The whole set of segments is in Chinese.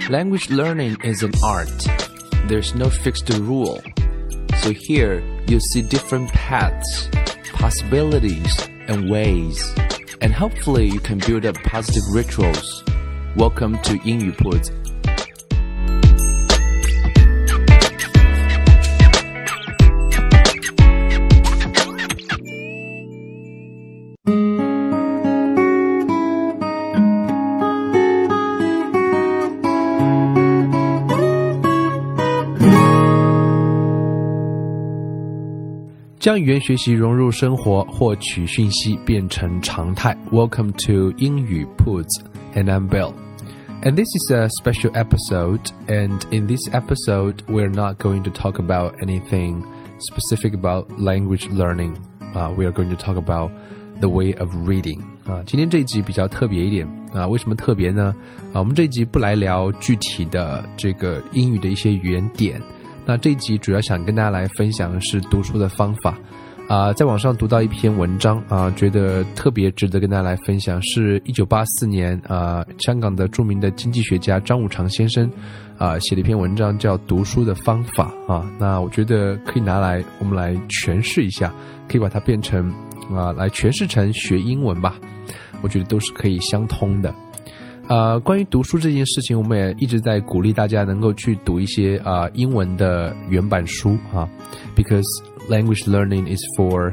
Language learning is an art. There's no fixed rule. So here, you'll see different paths, possibilities, and ways. And hopefully you can build up positive rituals. Welcome to 英语铺子。将语言学习融入生活，获取讯息变成常态。Welcome to 英语铺子 and I'm Bill. And this is a special episode, and in this episode, we're not going to talk about anything specific about language learning. We are going to talk about the way of reading. 今天这一集比较特别一点为什么特别呢？我们这一集不来聊具体的这个英语的一些语言点。那这一集主要想跟大家来分享的是读书的方法在网上读到一篇文章觉得特别值得跟大家来分享，是1984年香港的著名的经济学家张五常先生写的一篇文章，叫读书的方法那我觉得可以拿来我们来诠释一下，可以把它变成来诠释成学英文吧，我觉得都是可以相通的。关于读书这件事情，我们也一直在鼓励大家能够去读一些英文的原版书because language learning is for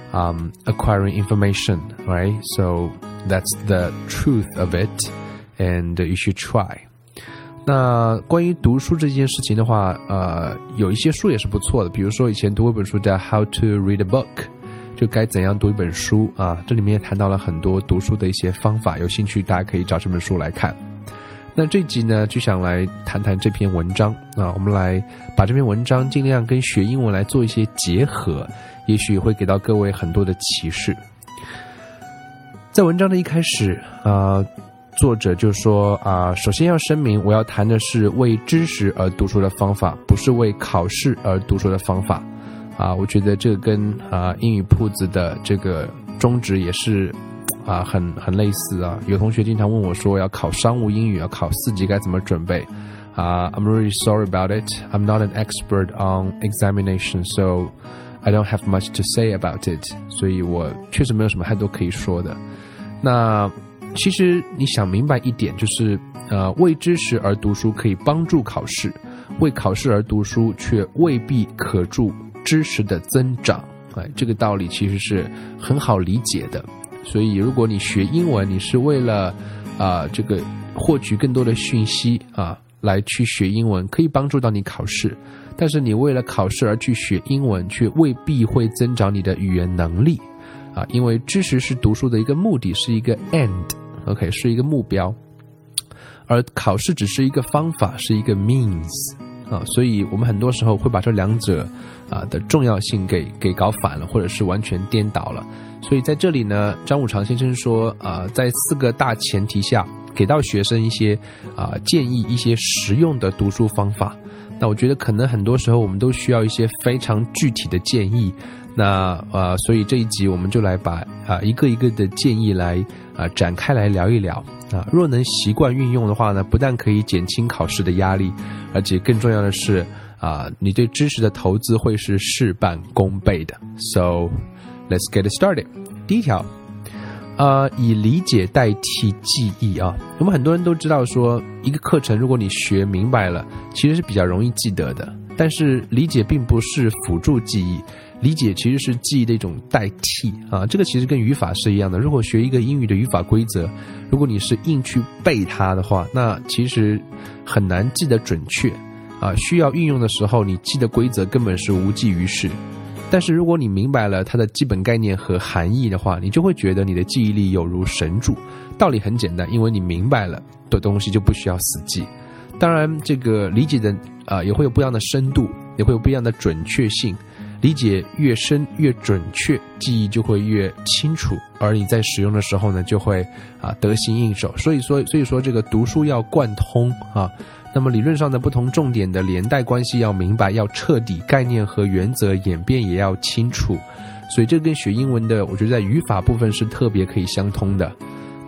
acquiring information, right? So that's the truth of it, and you should try. 那关于读书这件事情的话有一些书也是不错的，比如说以前读过一本书叫 How to Read a Book，就该怎样读一本书这里面也谈到了很多读书的一些方法，有兴趣大家可以找这本书来看。那这集呢就想来谈谈这篇文章我们来把这篇文章尽量跟学英文来做一些结合，也许会给到各位很多的启示。在文章的一开始作者就说首先要声明，我要谈的是为知识而读书的方法，不是为考试而读书的方法我觉得这个跟英语铺子的这个宗旨也是很类似有同学经常问我说要考商务英语，要考4级该怎么准备I'm really sorry about it. I'm not an expert on examination, so I don't have much to say about it. 所以我确实没有什么太多可以说的。那其实你想明白一点，就是为知识而读书可以帮助考试，为考试而读书却未必可助知识的增长这个道理其实是很好理解的。所以如果你学英文，你是为了这个获取更多的讯息来去学英文，可以帮助到你考试，但是你为了考试而去学英文，却未必会增长你的语言能力因为知识是读书的一个目的，是一个 end， 是一个目标，而考试只是一个方法，是一个 means所以我们很多时候会把这两者的重要性给搞反了，或者是完全颠倒了。所以在这里呢，张五常先生说在4个大前提下给到学生一些建议，一些实用的读书方法。那我觉得可能很多时候我们都需要一些非常具体的建议，那所以这一集我们就来把一个一个的建议来展开来聊一聊若能习惯运用的话呢，不但可以减轻考试的压力，而且更重要的是你对知识的投资会是事半功倍的。 So let's get it started. 第一条以理解代替记忆我们很多人都知道说一个课程如果你学明白了其实是比较容易记得的，但是理解并不是辅助记忆，理解其实是记忆的一种代替这个其实跟语法是一样的。如果学一个英语的语法规则，如果你是硬去背它的话，那其实很难记得准确需要运用的时候，你记的规则根本是无济于事。但是如果你明白了它的基本概念和含义的话，你就会觉得你的记忆力有如神助。道理很简单，因为你明白了的东西就不需要死记。当然这个理解的也会有不一样的深度，也会有不一样的准确性，理解越深越准确，记忆就会越清楚，而你在使用的时候呢就会得心应手。所以说这个读书要贯通那么理论上的不同重点的连带关系要明白，要彻底，概念和原则演变也要清楚。所以这跟学英文的我觉得在语法部分是特别可以相通的。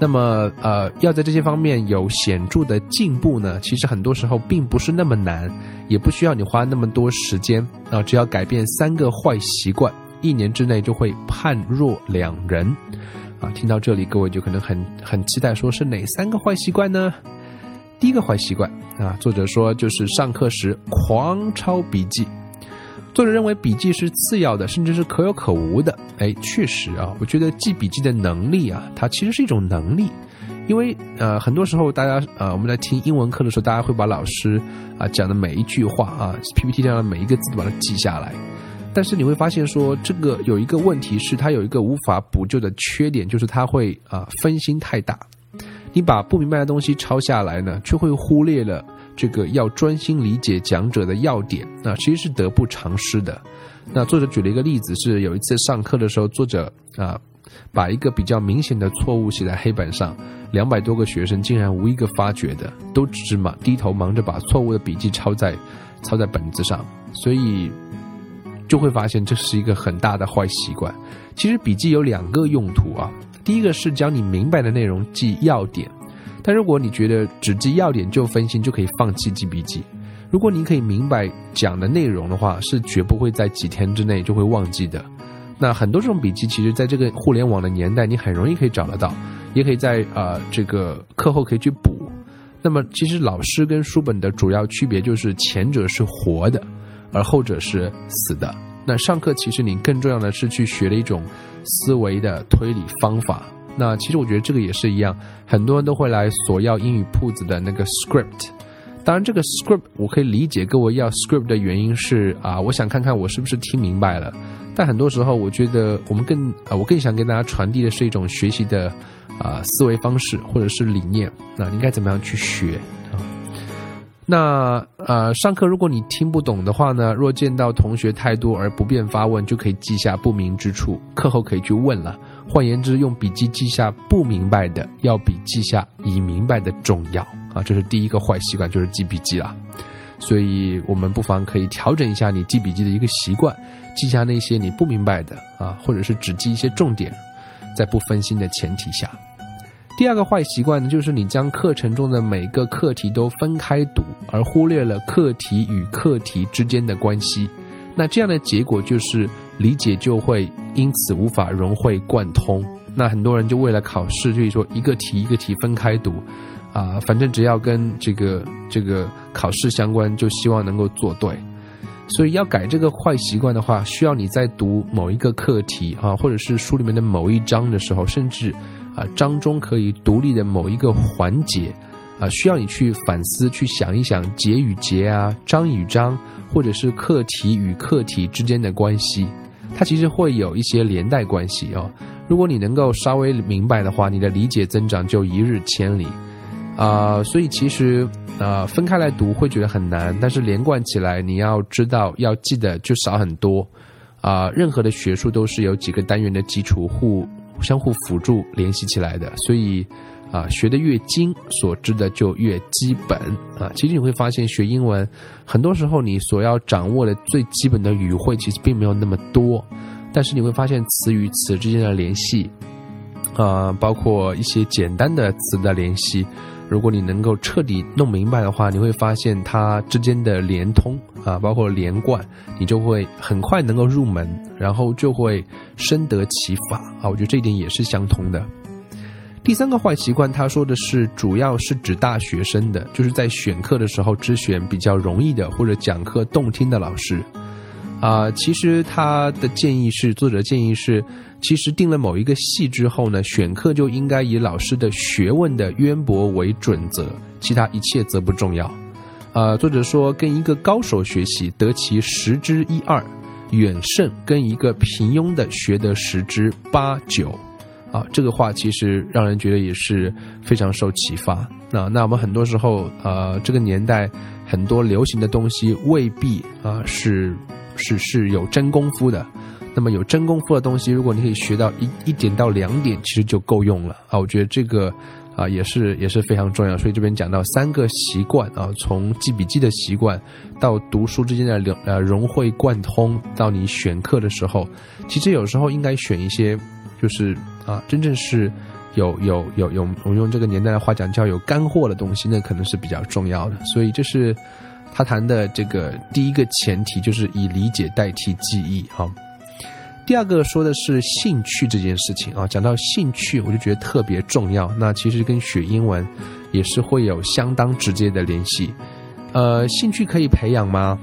那么要在这些方面有显著的进步呢，其实很多时候并不是那么难，也不需要你花那么多时间啊，只要改变3个坏习惯，1年之内就会判若两人啊。听到这里，各位就可能很期待，说是哪3个坏习惯呢？第一个坏习惯啊，作者说就是上课时狂抄笔记。作者认为笔记是次要的，甚至是可有可无的。确实啊，我觉得记笔记的能力啊，它其实是一种能力。因为很多时候大家我们在听英文课的时候，大家会把老师讲的每一句话啊 PPT 上的每一个字都把它记下来。但是你会发现说，这个有一个问题是，它有一个无法补救的缺点，就是它会分心太大。你把不明白的东西抄下来呢，却会忽略了这个要专心理解讲者的要点，其实是得不偿失的。那作者举了一个例子，是有一次上课的时候，作者把一个比较明显的错误写在黑板上，200多个学生竟然无一个发觉的，都只是低头忙着把错误的笔记抄在本子上，所以就会发现这是一个很大的坏习惯。其实笔记有2个用途啊，第一个是将你明白的内容记要点，但如果你觉得只记要点就分心，就可以放弃记笔记。如果你可以明白讲的内容的话，是绝不会在几天之内就会忘记的。那很多这种笔记，其实在这个互联网的年代，你很容易可以找得到，也可以在这个课后可以去补。那么其实老师跟书本的主要区别就是前者是活的，而后者是死的。那上课其实你更重要的是去学了一种思维的推理方法。那其实我觉得这个也是一样，很多人都会来索要英语铺子的那个 script。当然这个 script 我可以理解各位要 script 的原因是我想看看我是不是听明白了。但很多时候我觉得我更想跟大家传递的是一种学习的思维方式或者是理念，那应该怎么样去学啊？那上课如果你听不懂的话呢，若见到同学太多而不便发问，就可以记下不明之处，课后可以去问了。换言之，用笔记记下不明白的要比记下已明白的重要啊，这是第一个坏习惯，就是记笔记啦。所以我们不妨可以调整一下你记笔记的一个习惯，记下那些你不明白的或者是只记一些重点，在不分心的前提下。第二个坏习惯呢，就是你将课程中的每个课题都分开读，而忽略了课题与课题之间的关系。那这样的结果就是理解就会因此无法融会贯通。那很多人就为了考试，就是说一个题一个题分开读反正只要跟这个考试相关，就希望能够做对。所以要改这个坏习惯的话，需要你在读某一个课题或者是书里面的某一章的时候，甚至章中可以独立的某一个环节需要你去反思，去想一想节与节章与章，或者是课题与课题之间的关系，它其实会有一些连带关系如果你能够稍微明白的话，你的理解增长就一日千里所以其实分开来读会觉得很难，但是连贯起来你要知道要记得就少很多任何的学术都是有几个单元的基础相互辅助联系起来的，所以学得越精，所知的就越基本其实你会发现学英文很多时候你所要掌握的最基本的语汇其实并没有那么多，但是你会发现词与词之间的联系包括一些简单的词的联系，如果你能够彻底弄明白的话，你会发现它之间的连通包括连贯，你就会很快能够入门，然后就会深得其法我觉得这一点也是相通的。第三个坏习惯，他说的是主要是指大学生的，就是在选课的时候只选比较容易的或者讲课动听的老师其实他的建议是，作者建议是，其实定了某一个系之后呢，选课就应该以老师的学问的渊博为准则，其他一切则不重要作者说，跟一个高手学习得其10之1、2，远胜跟一个平庸的学得10之8、9这个话其实让人觉得也是非常受启发那我们很多时候这个年代很多流行的东西未必是有真功夫的，那么有真功夫的东西，如果你可以学到一点到2点，其实就够用了我觉得这个也是非常重要。所以这边讲到3个习惯从记笔记的习惯到读书之间的融会贯通，到你选课的时候，其实有时候应该选一些就是真正是我们用这个年代的话讲叫有干货的东西，那可能是比较重要的。所以这是他谈的这个第一个前提，就是以理解代替记忆啊。第二个说的是兴趣这件事情啊，讲到兴趣我就觉得特别重要，那其实跟学英文也是会有相当直接的联系。兴趣可以培养吗？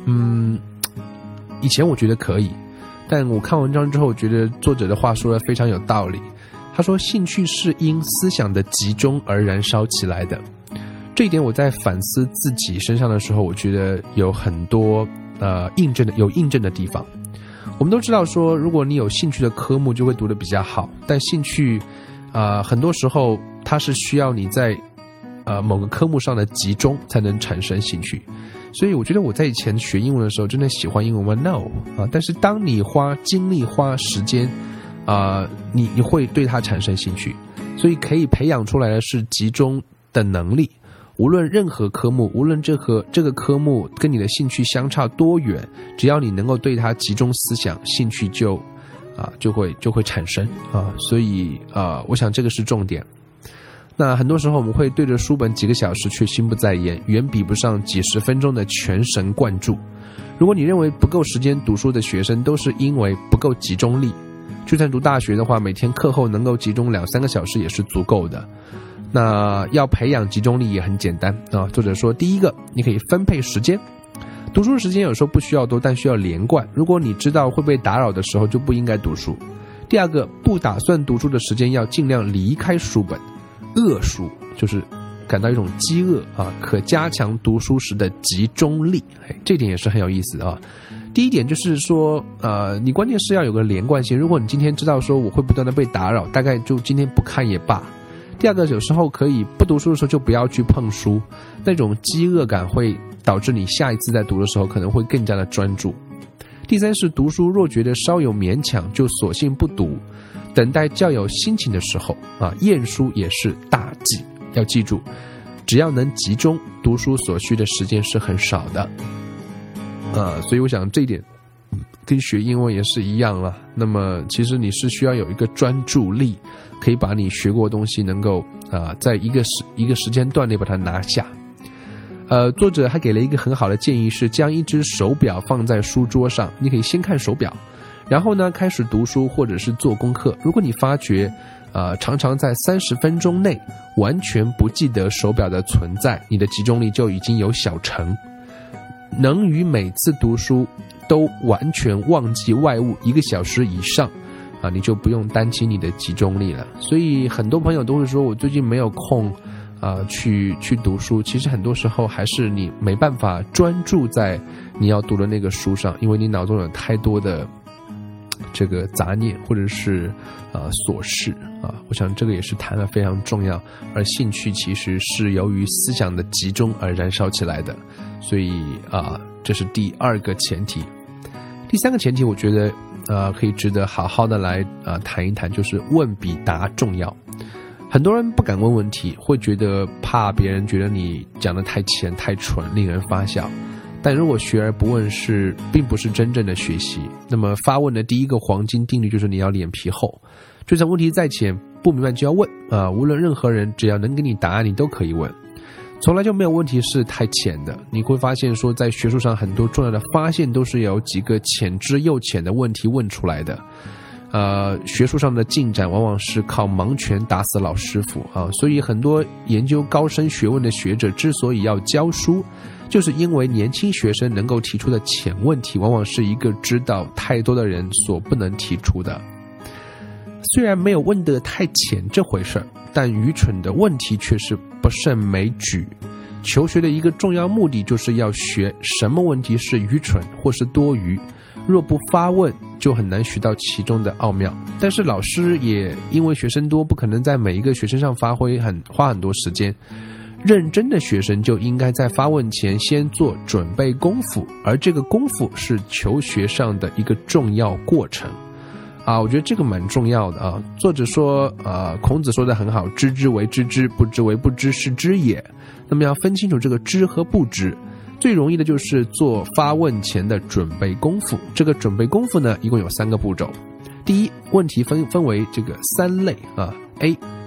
以前我觉得可以，但我看文章之后，我觉得作者的话说得非常有道理。他说兴趣是因思想的集中而燃烧起来的。这一点我在反思自己身上的时候，我觉得有很多印证的地方。我们都知道说，如果你有兴趣的科目就会读得比较好，但兴趣很多时候它是需要你在某个科目上的集中才能产生兴趣。所以我觉得我在以前学英文的时候真的喜欢英文吗 ？No 但是当你花精力花时间你会对它产生兴趣。所以可以培养出来的是集中的能力。无论任何科目，无论这个科目跟你的兴趣相差多远，只要你能够对它集中思想，兴趣就会产生所以我想这个是重点。那很多时候我们会对着书本几个小时却心不在焉，远比不上几十分钟的全神贯注。如果你认为不够时间读书的学生都是因为不够集中力，就算读大学的话，每天课后能够集中2-3个小时也是足够的。那要培养集中力也很简单作者说，第一个，你可以分配时间。读书时间有时候不需要多，但需要连贯。如果你知道会被打扰的时候，就不应该读书。第二个，不打算读书的时间要尽量离开书本。饿书就是感到一种饥饿可加强读书时的集中力。这点也是很有意思第一点就是说你关键是要有个连贯性。如果你今天知道说我会不断的被打扰，大概就今天不看也罢。第二个，有时候可以不读书的时候就不要去碰书，那种饥饿感会导致你下一次在读的时候可能会更加的专注。第三是读书若觉得稍有勉强，就索性不读，等待较有心情的时候厌书也是大忌。要记住，只要能集中，读书所需的时间是很少的所以我想这一点跟学英文也是一样了。那么其实你是需要有一个专注力，可以把你学过的东西能够在一个时间段内把它拿下。作者还给了一个很好的建议，是将一只手表放在书桌上，你可以先看手表，然后呢开始读书或者是做功课。如果你发觉常常在30分钟内完全不记得手表的存在，你的集中力就已经有小成。能于每次读书都完全忘记外物1个小时以上你就不用担心你的集中力了。所以很多朋友都会说，我最近没有空去读书。其实很多时候还是你没办法专注在你要读的那个书上，因为你脑中有太多的这个杂念或者是琐事我想这个也是谈得非常重要。而兴趣其实是由于思想的集中而燃烧起来的。所以这是第二个前提。第三个前提我觉得可以值得好好的来谈一谈，就是问比答重要。很多人不敢问问题，会觉得怕别人觉得你讲得太浅太蠢，令人发笑。但如果学而不问并不是真正的学习。那么发问的第一个黄金定律就是你要脸皮厚，就算问题再浅，不明白就要问无论任何人只要能给你答案，你都可以问。从来就没有问题是太浅的。你会发现说，在学术上很多重要的发现都是由几个浅之又浅的问题问出来的。学术上的进展往往是靠盲拳打死老师傅所以很多研究高深学问的学者之所以要教书，就是因为年轻学生能够提出的浅问题，往往是一个知道太多的人所不能提出的。虽然没有问得太浅这回事，但愚蠢的问题却是不胜枚举。求学的一个重要目的就是要学什么问题是愚蠢或是多余，若不发问就很难学到其中的奥妙。但是老师也因为学生多，不可能在每一个学生上花很多时间。认真的学生就应该在发问前先做准备功夫，而这个功夫是求学上的一个重要过程我觉得这个蛮重要的作者说孔子说的很好，知之为知之，不知为不知，是知也。那么要分清楚这个知和不知，最容易的就是做发问前的准备功夫。这个准备功夫呢，一共有3个步骤。第一，问题分为这个3类A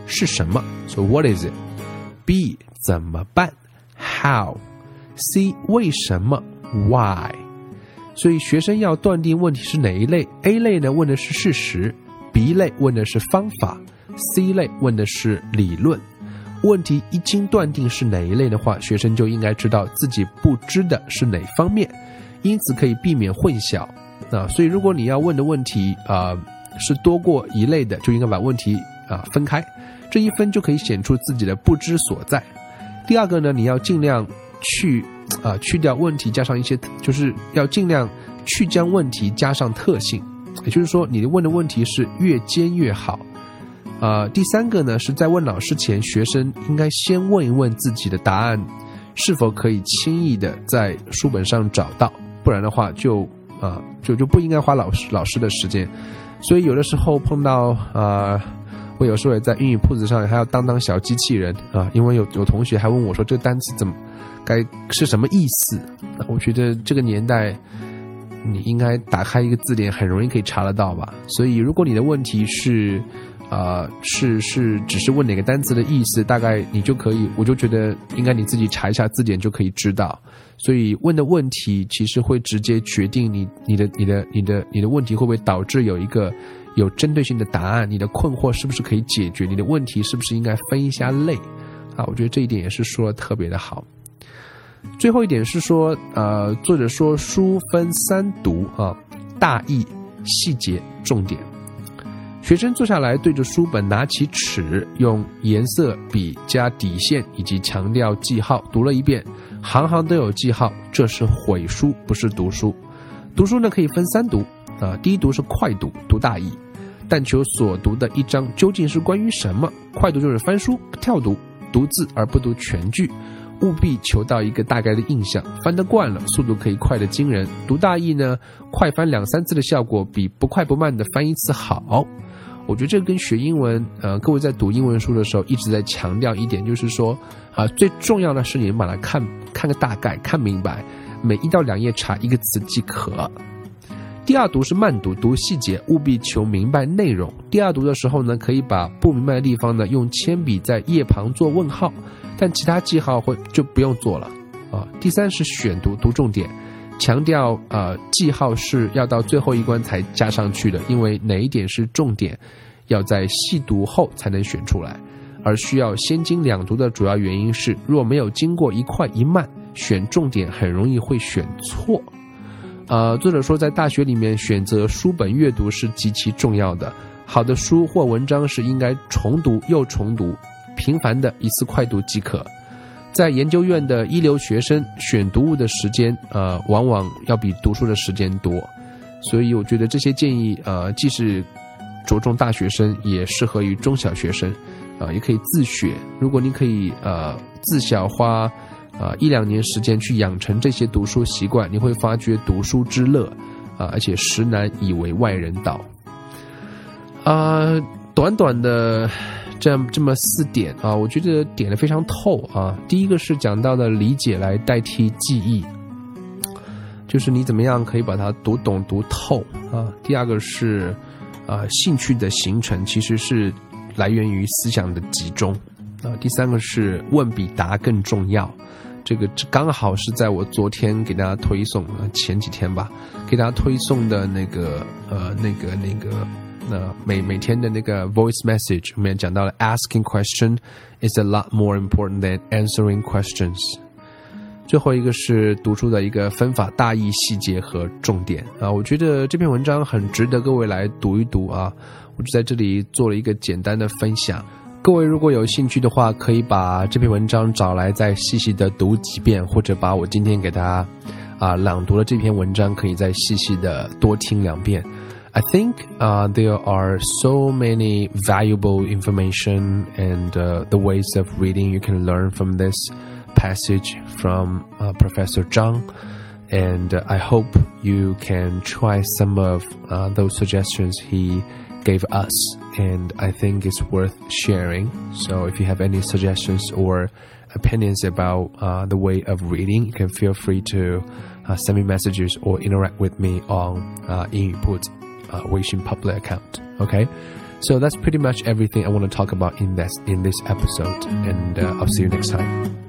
是什么 So what is it? B 怎么办 How? C 为什么 Why? 所以学生要断定问题是哪一类 A 类呢问的是事实， B 类问的是方法， C 类问的是理论。问题一经断定是哪一类的话，学生就应该知道自己不知的是哪方面，因此可以避免混淆。所以如果你要问的问题是多过一类的，就应该把问题分开，这一分就可以显出自己的不知所在。第二个呢，你要尽量去掉问题，加上一些，就是要尽量去将问题加上特性，也就是说你问的问题是越尖越好。第三个呢，是在问老师前，学生应该先问一问自己的答案是否可以轻易的在书本上找到，不然的话就不应该花老师的时间。所以有的时候碰到我有时候也在英语铺子上还要当小机器人因为有同学还问我说这个单词该是什么意思。我觉得这个年代你应该打开一个字典很容易可以查得到吧。所以如果你的问题是只是问哪个单词的意思，大概你就可以，我就觉得应该你自己查一下字典就可以知道。所以问的问题其实会直接决定你的问题会不会导致有一个有针对性的答案，你的困惑是不是可以解决，你的问题是不是应该分一下类我觉得这一点也是说得特别的好。最后一点是说作者说书分三读大意、细节、重点。学生坐下来对着书本拿起尺，用颜色笔加底线以及强调记号读了一遍，行行都有记号，这是毁书不是读书。读书呢可以分三读第一读是快读，读大意，但求所读的一章究竟是关于什么。快读就是翻书跳读，读字而不读全句，务必求到一个大概的印象，翻得惯了速度可以快得惊人。读大意呢，快翻2-3次的效果比不快不慢的翻一次好。我觉得这跟学英文各位在读英文书的时候一直在强调一点，就是说最重要的是你们把它看个大概，看明白，每1到2页查一个词即可。第二读是慢读，读细节，务必求明白内容。第二读的时候呢，可以把不明白的地方呢用铅笔在页旁做问号，但其他记号就不用做了第三是选读，读重点，强调记号是要到最后一关才加上去的，因为哪一点是重点要在细读后才能选出来，而需要先经两读的主要原因是若没有经过一快一慢，选重点很容易会选错。作者说在大学里面选择书本阅读是极其重要的，好的书或文章是应该重读又重读，频繁的一次快读即可。在研究院的一流学生选读物的时间往往要比读书的时间多，所以我觉得这些建议既是着重大学生也适合于中小学生也可以自学。如果你可以自小花1-2年时间去养成这些读书习惯，你会发觉读书之乐而且实难以为外人道。短短的这么4点我觉得点得非常透第一个是讲到的理解来代替记忆，就是你怎么样可以把它读懂读透第二个是兴趣的形成其实是来源于思想的集中第三个是问比答更重要。这刚好是在我昨天给大家推送前几天吧，给大家推送的那个每天的那个 voice message， 我们也讲到了 asking question is a lot more important than answering questions。 最后一个是读书的一个分法，大意、细节和重点我觉得这篇文章很值得各位来读一读我就在这里做了一个简单的分享。各位如果有兴趣的话，可以把这篇文章找来再细细的读几遍，或者把我今天给大家朗读的这篇文章可以再细细的多听2遍。I think there are so many valuable information and the ways of reading you can learn from this passage from Professor Zhang, and I hope you can try some of those suggestions he gave us, and I think it's worth sharing. So if you have any suggestions or opinions about the way of reading, you can feel free to send me messages or interact with me on 英语铺子微信 public account. Okay, So that's pretty much everything I want to talk about in this episode, and I'll see you next time.